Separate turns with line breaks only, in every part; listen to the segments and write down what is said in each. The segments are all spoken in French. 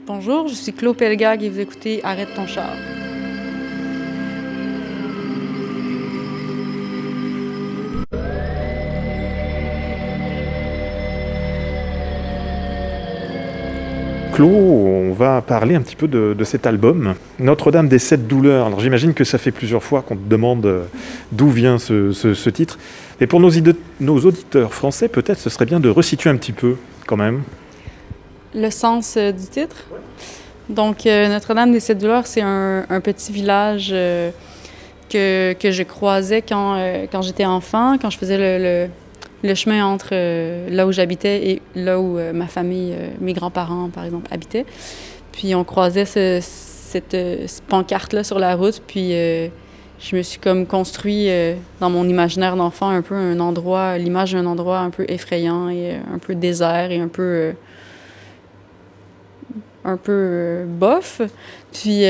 Bonjour, je suis Claude Pelgag et vous écoutez Arrête ton char.
Claude, on va parler un petit peu de cet album, Notre-Dame des Sept Douleurs. Alors j'imagine que ça fait plusieurs fois qu'on te demande d'où vient ce titre. Et pour nos auditeurs français, peut-être ce serait bien de resituer un petit peu quand même.
Le sens du titre. Donc, Notre-Dame des Sept Douleurs, c'est un petit village que je croisais quand j'étais enfant, quand je faisais le chemin entre là où j'habitais et là où ma famille, mes grands-parents, par exemple, habitaient. Puis on croisait cette pancarte-là sur la route, puis je me suis comme construit dans mon imaginaire d'enfant un peu un endroit, l'image d'un endroit un peu effrayant et un peu désert et un peu bof. Puis,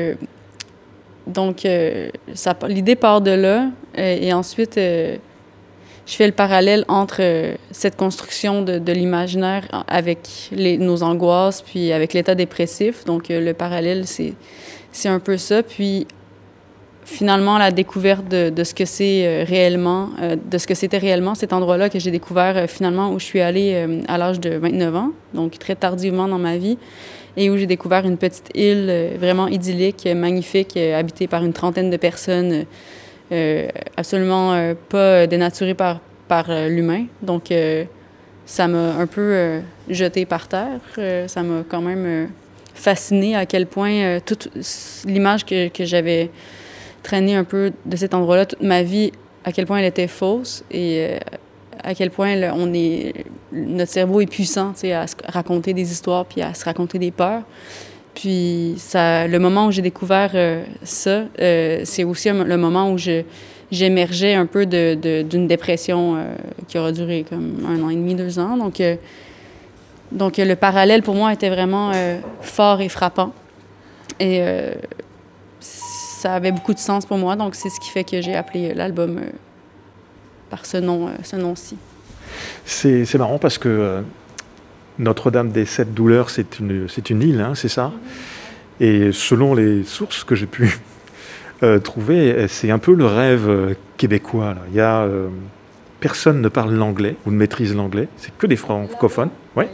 donc, l'idée part de là. Et ensuite, je fais le parallèle entre cette construction de l'imaginaire avec nos angoisses, puis avec l'état dépressif. Donc, le parallèle, c'est un peu ça. Puis, finalement, la découverte de ce que c'est réellement, de ce que c'était réellement, cet endroit-là que j'ai découvert finalement où je suis allée à l'âge de 29 ans, donc très tardivement dans ma vie, et où j'ai découvert une petite île vraiment idyllique, magnifique, habitée par une trentaine de personnes, absolument pas dénaturées par l'humain. Donc, ça m'a un peu jetée par terre. Ça m'a quand même fascinée à quel point toute l'image que j'avais traînée un peu de cet endroit-là toute ma vie, à quel point elle était fausse et à quel point notre cerveau est puissant, tu sais, à se raconter des histoires puis à se raconter des peurs. Puis le moment où j'ai découvert ça, c'est aussi le moment où j'émergeais un peu d'une dépression qui aura duré comme 1 an et demi, 2 ans. Donc le parallèle pour moi était vraiment fort et frappant. Et ça avait beaucoup de sens pour moi, donc c'est ce qui fait que j'ai appelé l'album par ce nom-ci.
C'est marrant parce que Notre-Dame des Sept Douleurs, c'est une île, hein, c'est ça ? Et selon les sources que j'ai pu trouver, c'est un peu le rêve québécois. Là. Il y a personne ne parle l'anglais ou ne maîtrise l'anglais, c'est que des francophones. Ouais.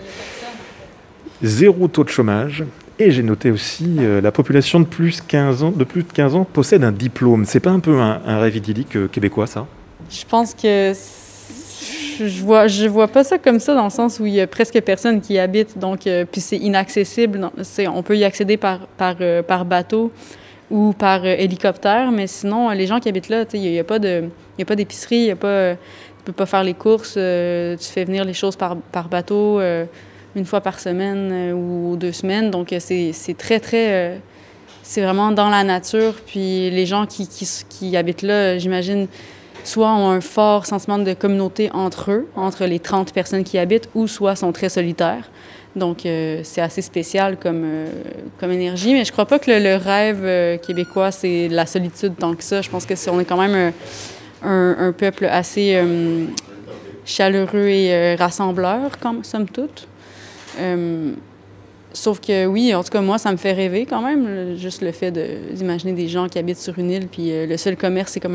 0 taux de chômage. Et j'ai noté aussi la population de plus de 15 ans possède un diplôme. C'est pas un peu un rêve idyllique québécois, ça ? Je
pense que je vois pas ça comme ça dans le sens où il y a presque personne qui y habite, donc puis c'est inaccessible. On peut y accéder par bateau ou par hélicoptère, mais sinon les gens qui habitent là, il y a pas d'épicerie, tu peux pas faire les courses, tu fais venir les choses par bateau 1 fois par semaine ou 2 semaines, donc c'est très très c'est vraiment dans la nature. Puis les gens qui habitent là, j'imagine, soit ont un fort sentiment de communauté entre eux, entre les 30 personnes qui y habitent, ou soit sont très solitaires. Donc, c'est assez spécial comme énergie. Mais je crois pas que le rêve québécois, c'est la solitude tant que ça. Je pense que on est quand même un peuple assez chaleureux et rassembleur, somme toute. Sauf que oui, en tout cas, moi, ça me fait rêver quand même, juste le fait d'imaginer des gens qui habitent sur une île, puis le seul commerce, c'est comme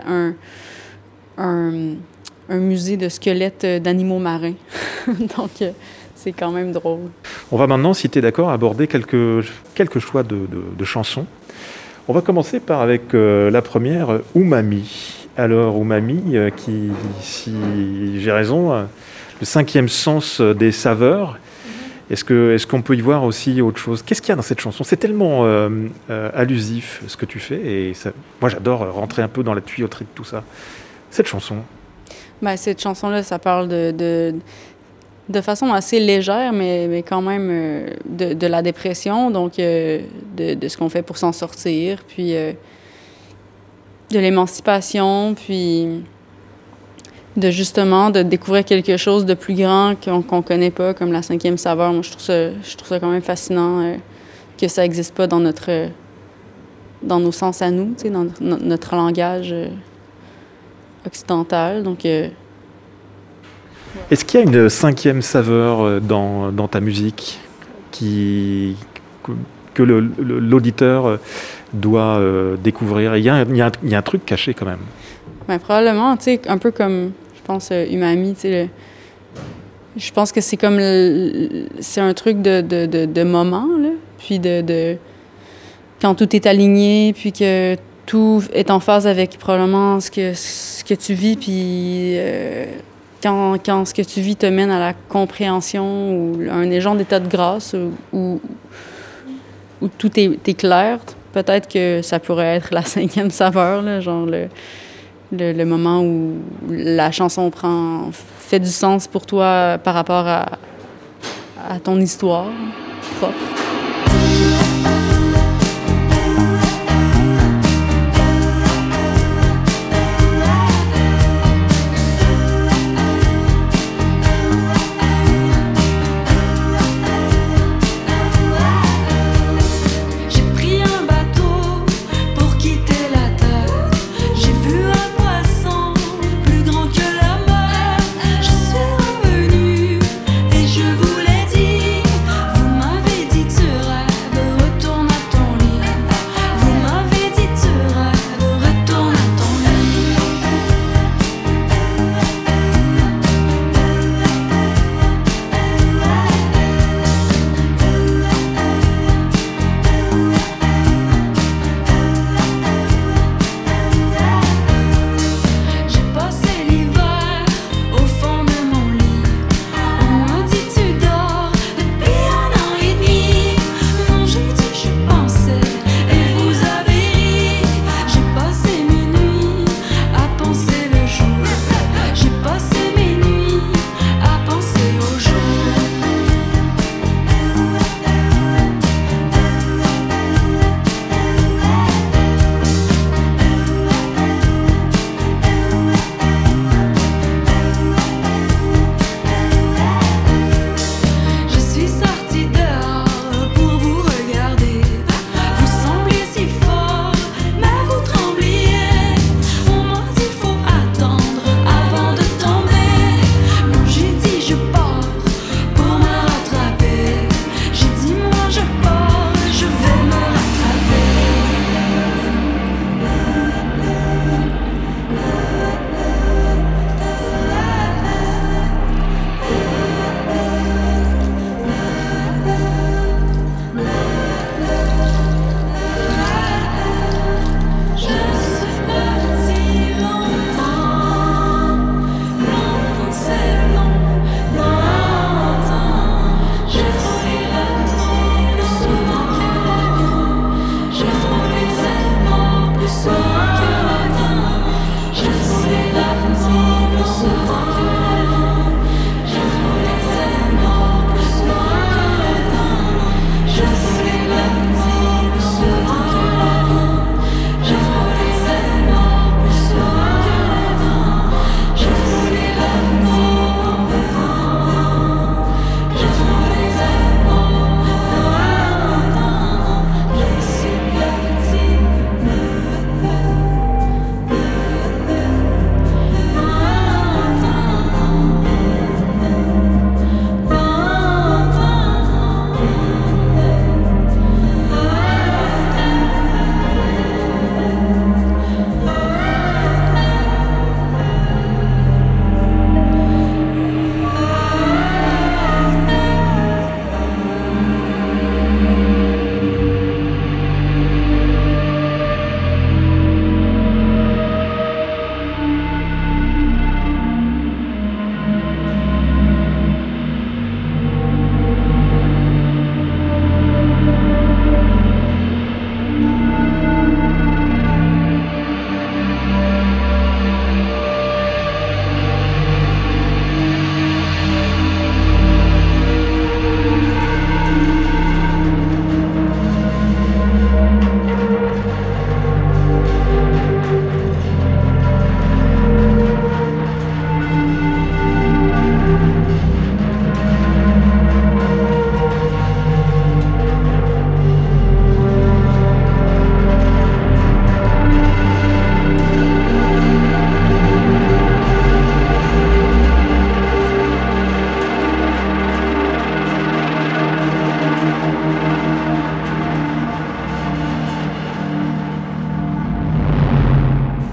un musée de squelettes d'animaux marins. Donc, c'est quand même drôle.
On va maintenant, si tu es d'accord, aborder quelques choix de chansons. On va commencer avec la première, Umami. Alors, Umami, qui, si j'ai raison, le 5e sens des saveurs. Est-ce qu'on peut y voir aussi autre chose ? Qu'est-ce qu'il y a dans cette chanson ? C'est tellement allusif ce que tu fais, et moi j'adore rentrer un peu dans la tuyauterie de tout ça. Cette chanson.
Cette chanson-là, ça parle de façon assez légère, mais quand même de la dépression, donc de ce qu'on fait pour s'en sortir, puis de l'émancipation, puis de découvrir quelque chose de plus grand qu'on connaît pas, comme la 5e saveur. Moi, je trouve ça quand même fascinant que ça n'existe pas dans dans nos sens à nous, dans notre langage occidental. Donc,
est-ce qu'il y a une 5e saveur dans ta musique ? que l'auditeur doit découvrir. Il y a un truc caché quand même.
Ben, probablement, tu sais, un peu comme, je pense, Umami, tu sais, je pense que c'est comme, c'est un truc de moment, là, puis quand tout est aligné, puis que tout est en phase avec probablement ce que tu vis, puis quand ce que tu vis te mène à la compréhension ou un genre d'état de grâce où tout est clair, peut-être que ça pourrait être la 5e saveur, là, genre le moment où la chanson fait du sens pour toi par rapport à ton histoire propre.
Je voulais dire, vous m'avez dit ce rêve retourne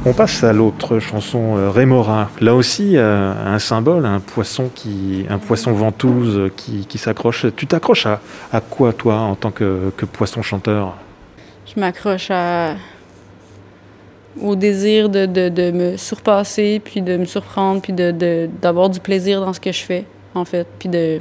On passe à l'autre chanson, Rémora. Là aussi, un symbole, un poisson ventouse qui s'accroche. Tu t'accroches à quoi, toi, en tant que poisson chanteur?
Je m'accroche au désir de me surpasser, puis de me surprendre, puis d'avoir du plaisir dans ce que je fais, en fait, puis de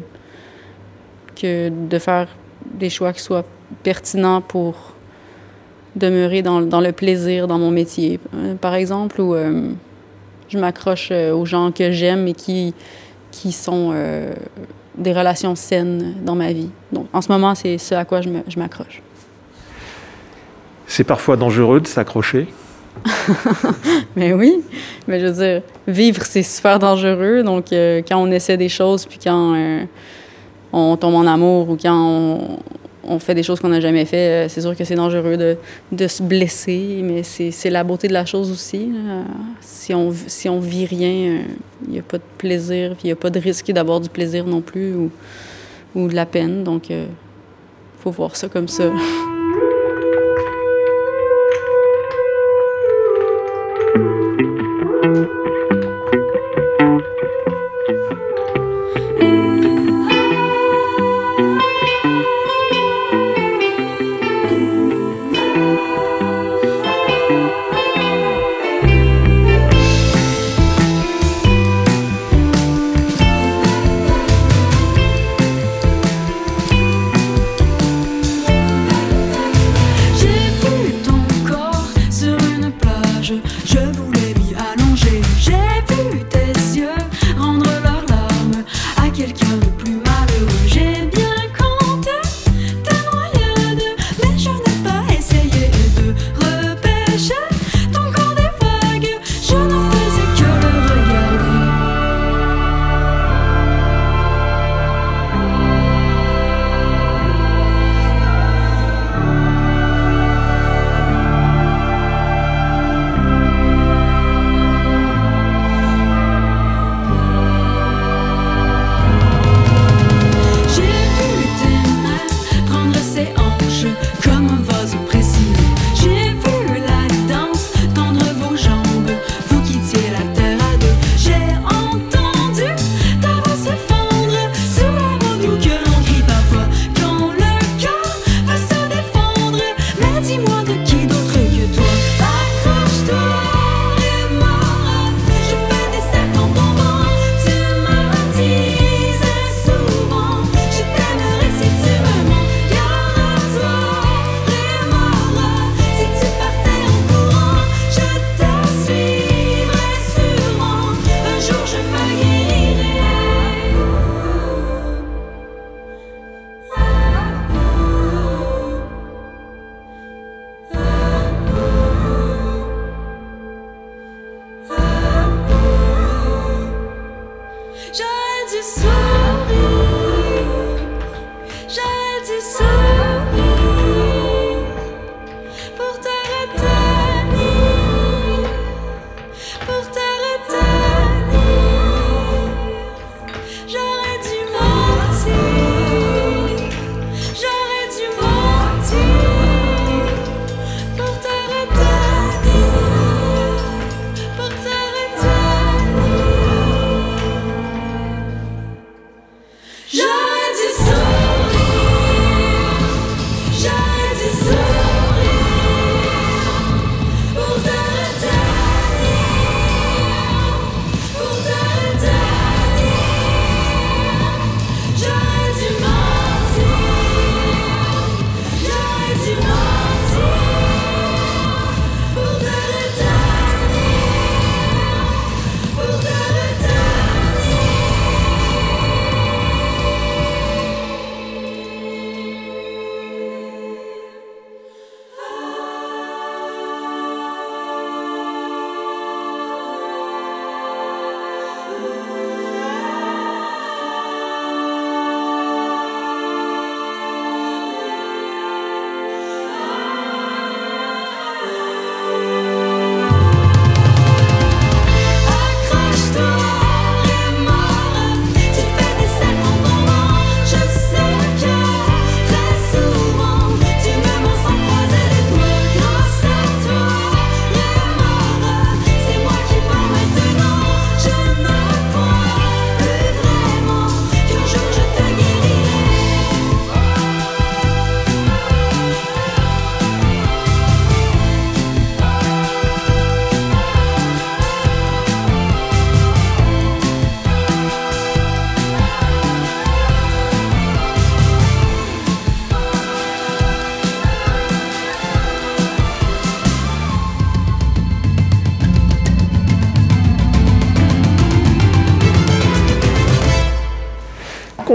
faire des choix qui soient pertinents pour demeurer dans le plaisir dans mon métier, par exemple, ou je m'accroche aux gens que j'aime et qui sont des relations saines dans ma vie. Donc, en ce moment, c'est ce à quoi je m'accroche.
C'est parfois dangereux de s'accrocher?
Mais oui, mais je veux dire, vivre, c'est super dangereux. Donc, quand on essaie des choses, puis quand on tombe en amour ou quand on fait des choses qu'on n'a jamais fait, c'est sûr que c'est dangereux de se blesser, mais c'est la beauté de la chose aussi. Si on vit rien, il n'y a pas de plaisir, puis il n'y a pas de risque d'avoir du plaisir non plus ou de la peine. Donc, faut voir ça comme ça.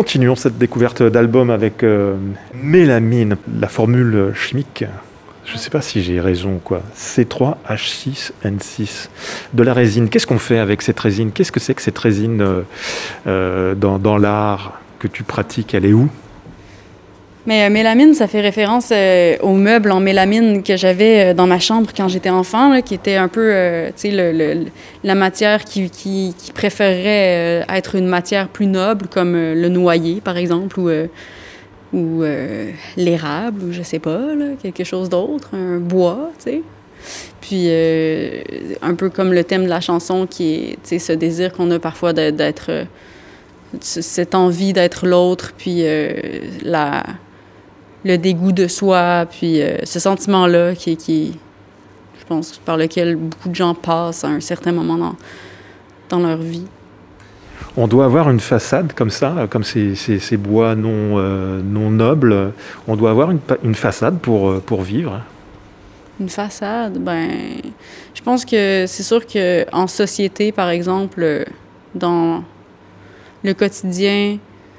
continuons cette découverte d'album avec mélamine, la formule chimique. Je ne sais pas si j'ai raison ou quoi. C3H6N6. De la résine. Qu'est-ce qu'on fait avec cette résine? Qu'est-ce que c'est que cette résine dans l'art que tu pratiques? Elle est où?
Mais mélamine, ça fait référence aux meubles en mélamine que j'avais dans ma chambre quand j'étais enfant, là, qui était un peu, tu sais, la matière qui préférerait être une matière plus noble, comme le noyer, par exemple, ou l'érable, ou je sais pas, là, quelque chose d'autre, un bois, tu sais. Puis, un peu comme le thème de la chanson, qui est, tu sais, ce désir qu'on a parfois d'être... cette envie d'être l'autre, puis le dégoût de soi, puis ce sentiment-là qui, je pense, par lequel beaucoup de gens passent à un certain moment dans leur vie.
On doit avoir une façade comme ça, comme ces bois non nobles. On doit avoir une façade pour vivre.
Une façade, ben, je pense que c'est sûr qu'en société, par exemple, dans le quotidien,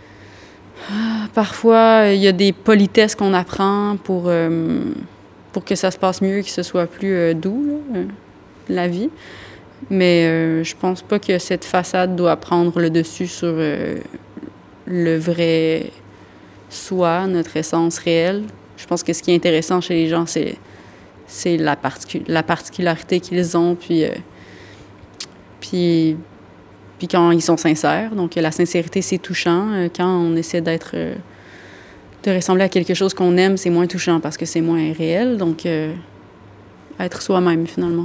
parfois, il y a des politesses qu'on apprend pour que ça se passe mieux, que ce soit plus doux, là, la vie. Mais je pense pas que cette façade doit prendre le dessus sur le vrai soi, notre essence réelle. Je pense que ce qui est intéressant chez les gens, c'est la particularité qu'ils ont, puis quand ils sont sincères. Donc, la sincérité, c'est touchant. Quand on essaie de ressembler à quelque chose qu'on aime, c'est moins touchant parce que c'est moins réel. Donc, être soi-même, finalement.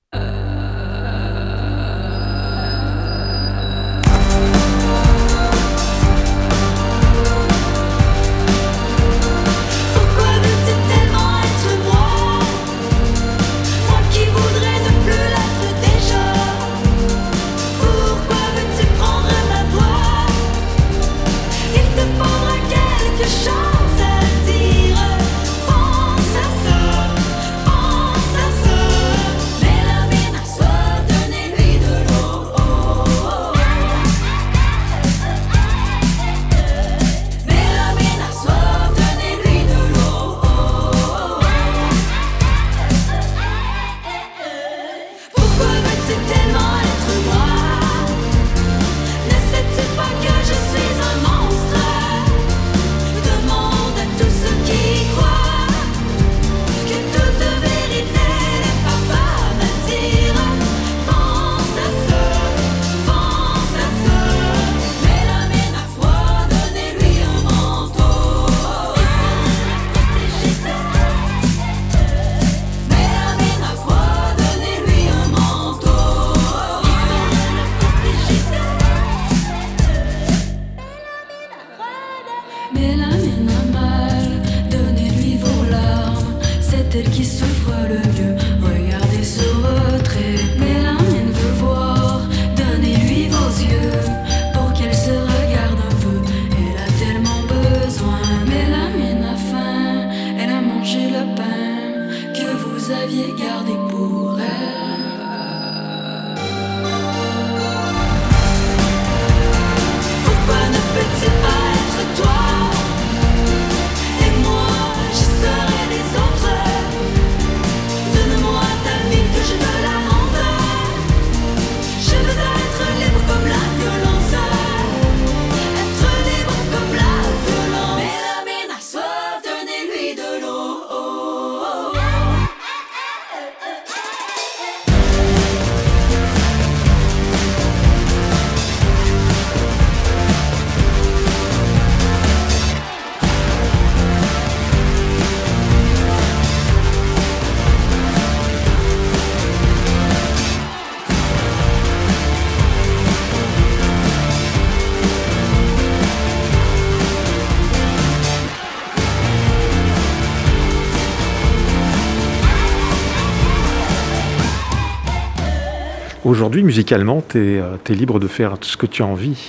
Aujourd'hui, musicalement, tu es libre de faire ce que tu as envie.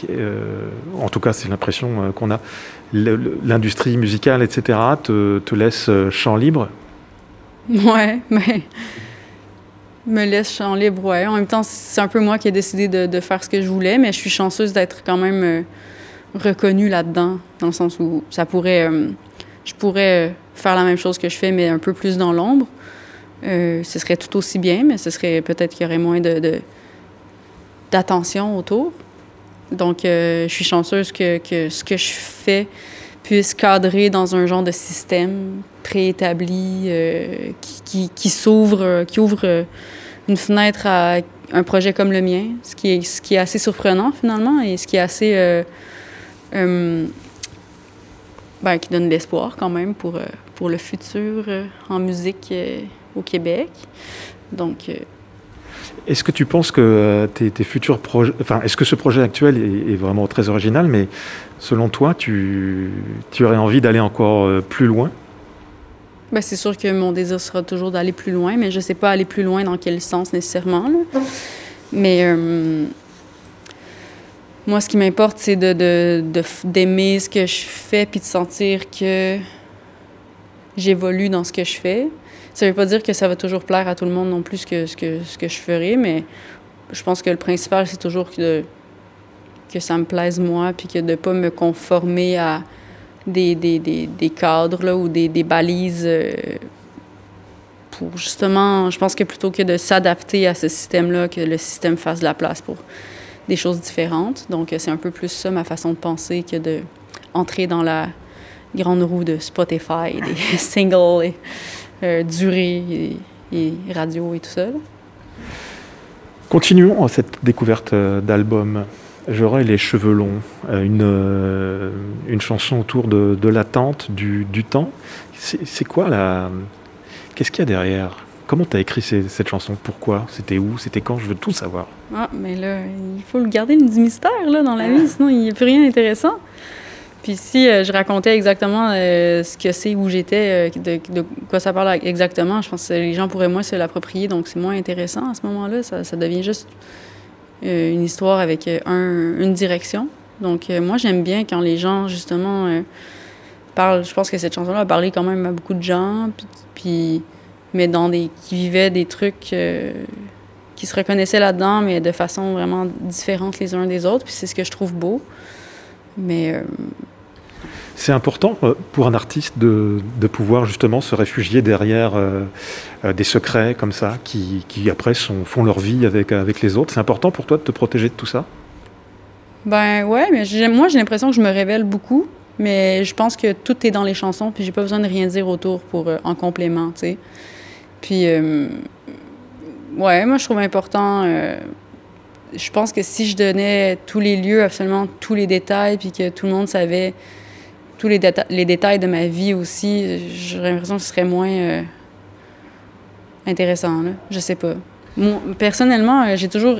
En tout cas, c'est l'impression qu'on a. L'industrie musicale, etc., te laisse champ libre.
Ouais, mais me laisse champ libre, ouais. En même temps, c'est un peu moi qui ai décidé de faire ce que je voulais, mais je suis chanceuse d'être quand même reconnue là-dedans, dans le sens où je pourrais faire la même chose que je fais, mais un peu plus dans l'ombre. Ce serait tout aussi bien, mais ce serait peut-être qu'il y aurait moins d'attention autour. Donc, je suis chanceuse que ce que je fais puisse cadrer dans un genre de système préétabli qui ouvre une fenêtre à un projet comme le mien, ce qui est assez surprenant finalement et ce qui est assez qui donne de l'espoir quand même pour le futur en musique au Québec. Donc
est-ce que tu penses que tes futurs projets... Enfin, est-ce que ce projet actuel est vraiment très original, mais selon toi, tu aurais envie d'aller encore plus loin?
Ben, c'est sûr que mon désir sera toujours d'aller plus loin, mais je ne sais pas aller plus loin dans quel sens nécessairement. Là. Mais moi, ce qui m'importe, c'est d'aimer ce que je fais puis de sentir que j'évolue dans ce que je fais. Ça ne veut pas dire que ça va toujours plaire à tout le monde non plus ce que je ferai, mais je pense que le principal, c'est toujours que ça me plaise moi puis que de ne pas me conformer à des cadres là, ou des balises pour justement, je pense que plutôt que de s'adapter à ce système-là, que le système fasse de la place pour des choses différentes. Donc, c'est un peu plus ça, ma façon de penser, que d'entrer dans la grande roue de Spotify, des singles, durée et radio et tout ça. Là.
Continuons cette découverte d'album. J'aurais les cheveux longs, une chanson autour de l'attente, du temps. C'est quoi qu'est-ce qu'il y a derrière? Comment tu as écrit cette chanson? Pourquoi? C'était où? C'était quand? Je veux tout savoir.
Ah, mais là, il faut le garder du mystère là, dans la vie, sinon il n'y a plus rien d'intéressant. Puis si je racontais exactement ce que c'est, où j'étais, de quoi ça parle exactement, je pense que les gens pourraient moins se l'approprier, donc c'est moins intéressant à ce moment-là. Ça devient juste une histoire avec une direction. Donc moi, j'aime bien quand les gens, justement, parlent. Je pense que cette chanson-là a parlé quand même à beaucoup de gens, mais qui vivaient des trucs qui se reconnaissaient là-dedans, mais de façon vraiment différente les uns des autres. Puis c'est ce que je trouve beau. Mais
c'est important pour un artiste de pouvoir justement se réfugier derrière des secrets comme ça, qui après font leur vie avec les autres. C'est important pour toi de te protéger de tout ça? Ben
ouais, mais moi j'ai l'impression que je me révèle beaucoup, mais je pense que tout est dans les chansons, puis j'ai pas besoin de rien dire autour pour en complément, tu sais. Puis ouais, moi je trouve important. Je pense que si je donnais tous les lieux, absolument tous les détails, puis que tout le monde savait tous les détails de ma vie aussi, j'aurais l'impression que ce serait moins intéressant, là. Je sais pas. Moi, personnellement, j'ai toujours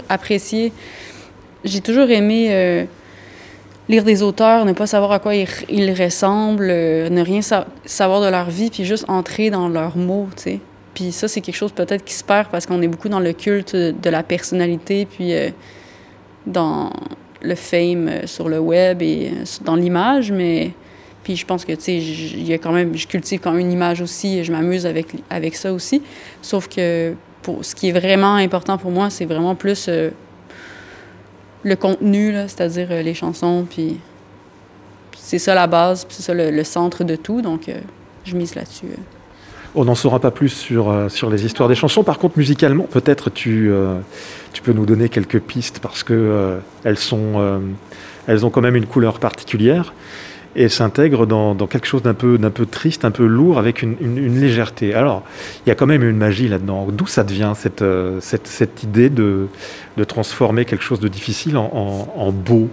aimé lire des auteurs, ne pas savoir à quoi ils ressemblent, ne rien savoir de leur vie, puis juste entrer dans leurs mots, tu sais. Puis ça, c'est quelque chose peut-être qui se perd parce qu'on est beaucoup dans le culte de la personnalité, puis dans le fame sur le web et dans l'image, mais puis je pense que, tu sais, je cultive quand même une image aussi et je m'amuse avec ça aussi. Sauf que ce qui est vraiment important pour moi, c'est vraiment plus le contenu, là, c'est-à-dire les chansons, puis c'est ça la base, puis c'est ça le centre de tout, donc je mise là-dessus.
On n'en saura pas plus sur les histoires des chansons. Par contre, musicalement, peut-être tu peux nous donner quelques pistes parce que elles ont quand même une couleur particulière et s'intègrent dans quelque chose d'un peu triste, un peu lourd, avec une légèreté. Alors, il y a quand même une magie là-dedans. D'où ça devient cette idée de transformer quelque chose de difficile en beau?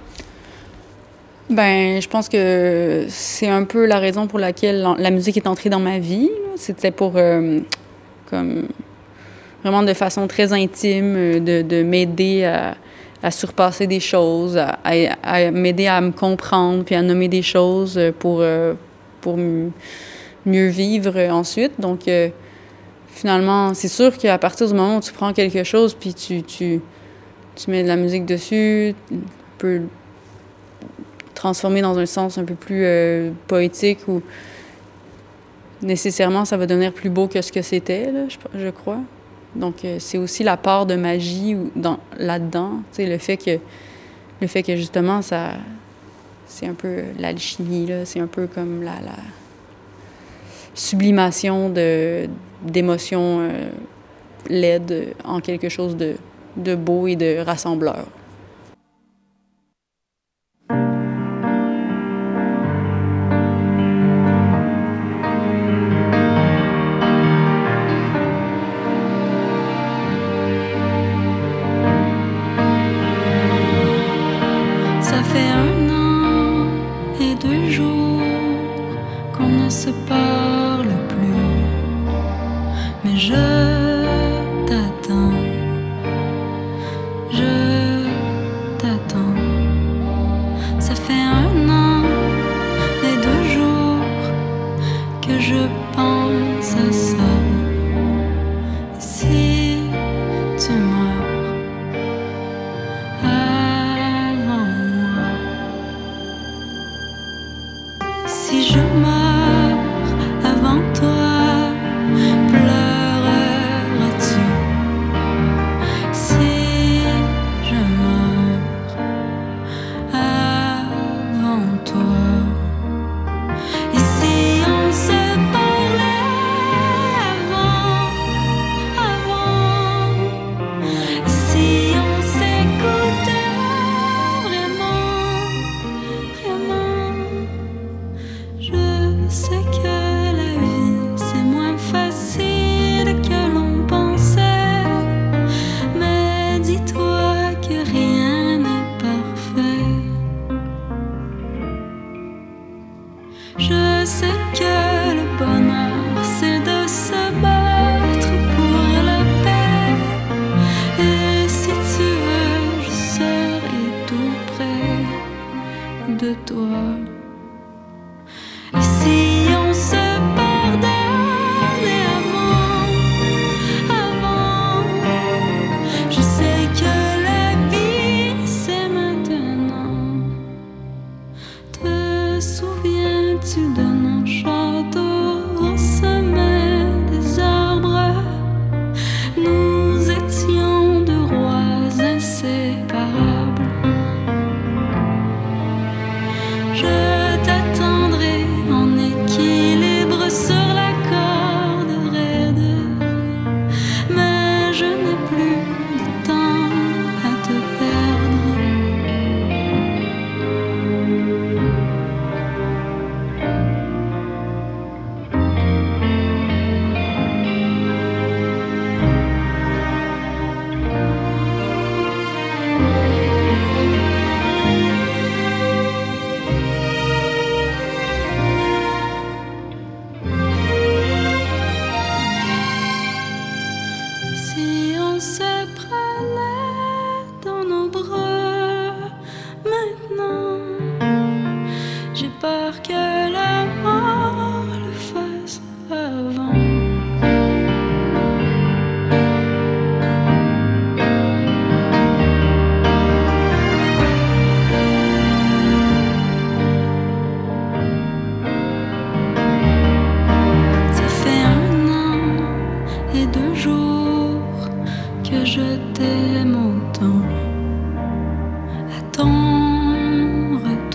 Ben, je pense que c'est un peu la raison pour laquelle la musique est entrée dans ma vie. Là. C'était pour, comme, vraiment de façon très intime, de m'aider à surpasser des choses, à m'aider à me comprendre, puis à nommer des choses pour mieux vivre ensuite. Donc, finalement, c'est sûr qu'à partir du moment où tu prends quelque chose, puis tu mets de la musique dessus, un peu transformer dans un sens un peu plus poétique ou nécessairement ça va devenir plus beau que ce que c'était, là, je crois. Donc c'est aussi la part de magie là-dedans, tu sais, le fait que justement ça c'est un peu l'alchimie, là. C'est un peu comme la sublimation d'émotions laides en quelque chose de beau et de rassembleur.
Ça fait 1 an et 2 jours qu'on ne se parle plus, mais je t'attends. Ça fait 1 an et 2 jours que je pense à ça. Et si tu meurs avant moi, si je meurs avant toi, pleureras-tu? Si je meurs avant toi, et si on se parlait avant, si on s'écoutait vraiment, je sais que la vie c'est moins facile que l'on pensait, mais dis-toi que rien n'est parfait. Je sais que le bonheur c'est de se battre pour la paix, et si tu veux je serai tout près de toi. Et si on se pardonnait avant, je sais que la vie c'est maintenant. Te souviens-tu de nos châteaux au sommet des arbres? Nous étions 2 rois inséparables. Je t'attendrai en équilibre sur la corde raide, mais je n'ai plus de temps à te perdre. Si on se prenait dans nos bras maintenant, j'ai peur que la mort le fasse avant. Ça fait 1 an et 2 jours que je t'aime autant. À ton retour,